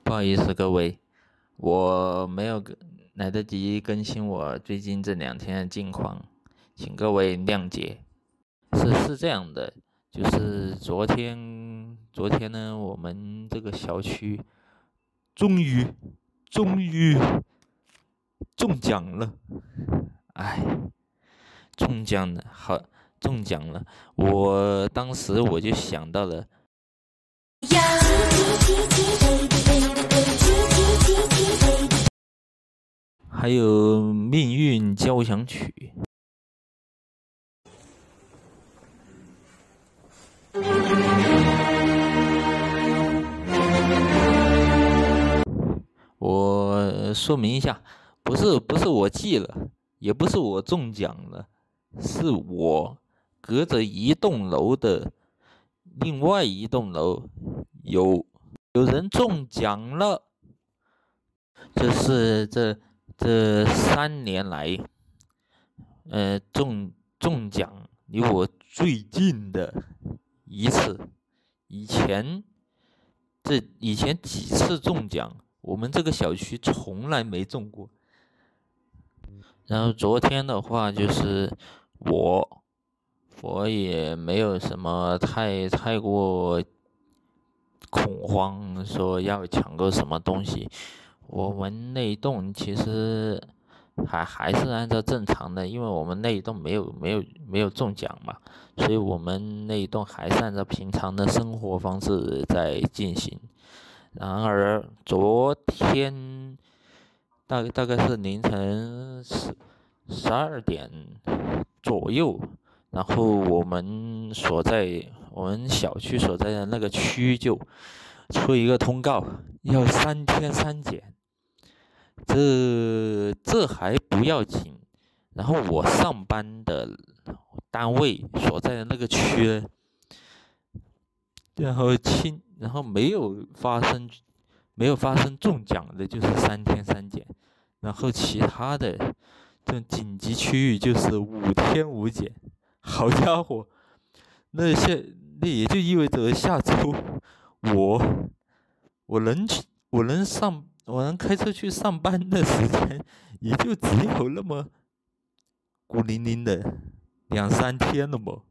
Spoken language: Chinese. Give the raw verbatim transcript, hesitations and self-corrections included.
不好意思各位，我没有来得及更新我最近这两天的近况，请各位谅解。是是这样的，就是昨天昨天呢，我们这个小区终于终于中奖了，哎，中奖了，好中奖了！我当时我就想到了。还有命运交响曲。我说明一下，不是不是我记了，也不是我中奖了，是我隔着一栋楼的另外一栋楼有有人中奖了。这是这这三年来，呃，中中奖离我最近的一次。以前这以前几次中奖，我们这个小区从来没中过。然后昨天的话，就是我我也没有什么太太过恐慌，说要抢个什么东西。我们那一栋其实还还是按照正常的，因为我们那一栋没有没有没有中奖嘛，所以我们那一栋还是按照平常的生活方式在进行。然而昨天大大概是凌晨十十二点左右，然后我们所在我们小区所在的那个区就出一个通告，要三天三检。这这还不要紧，然后我上班的单位所在的那个区，然后清，然后没有发生没有发生中奖的，就是三天三检，然后其他的这种紧急区域就是五天五检。好家伙，那下那也就意味着下周我我能去我能上。我能开车去上班的时间，也就只有那么孤零零的两三天了嘛。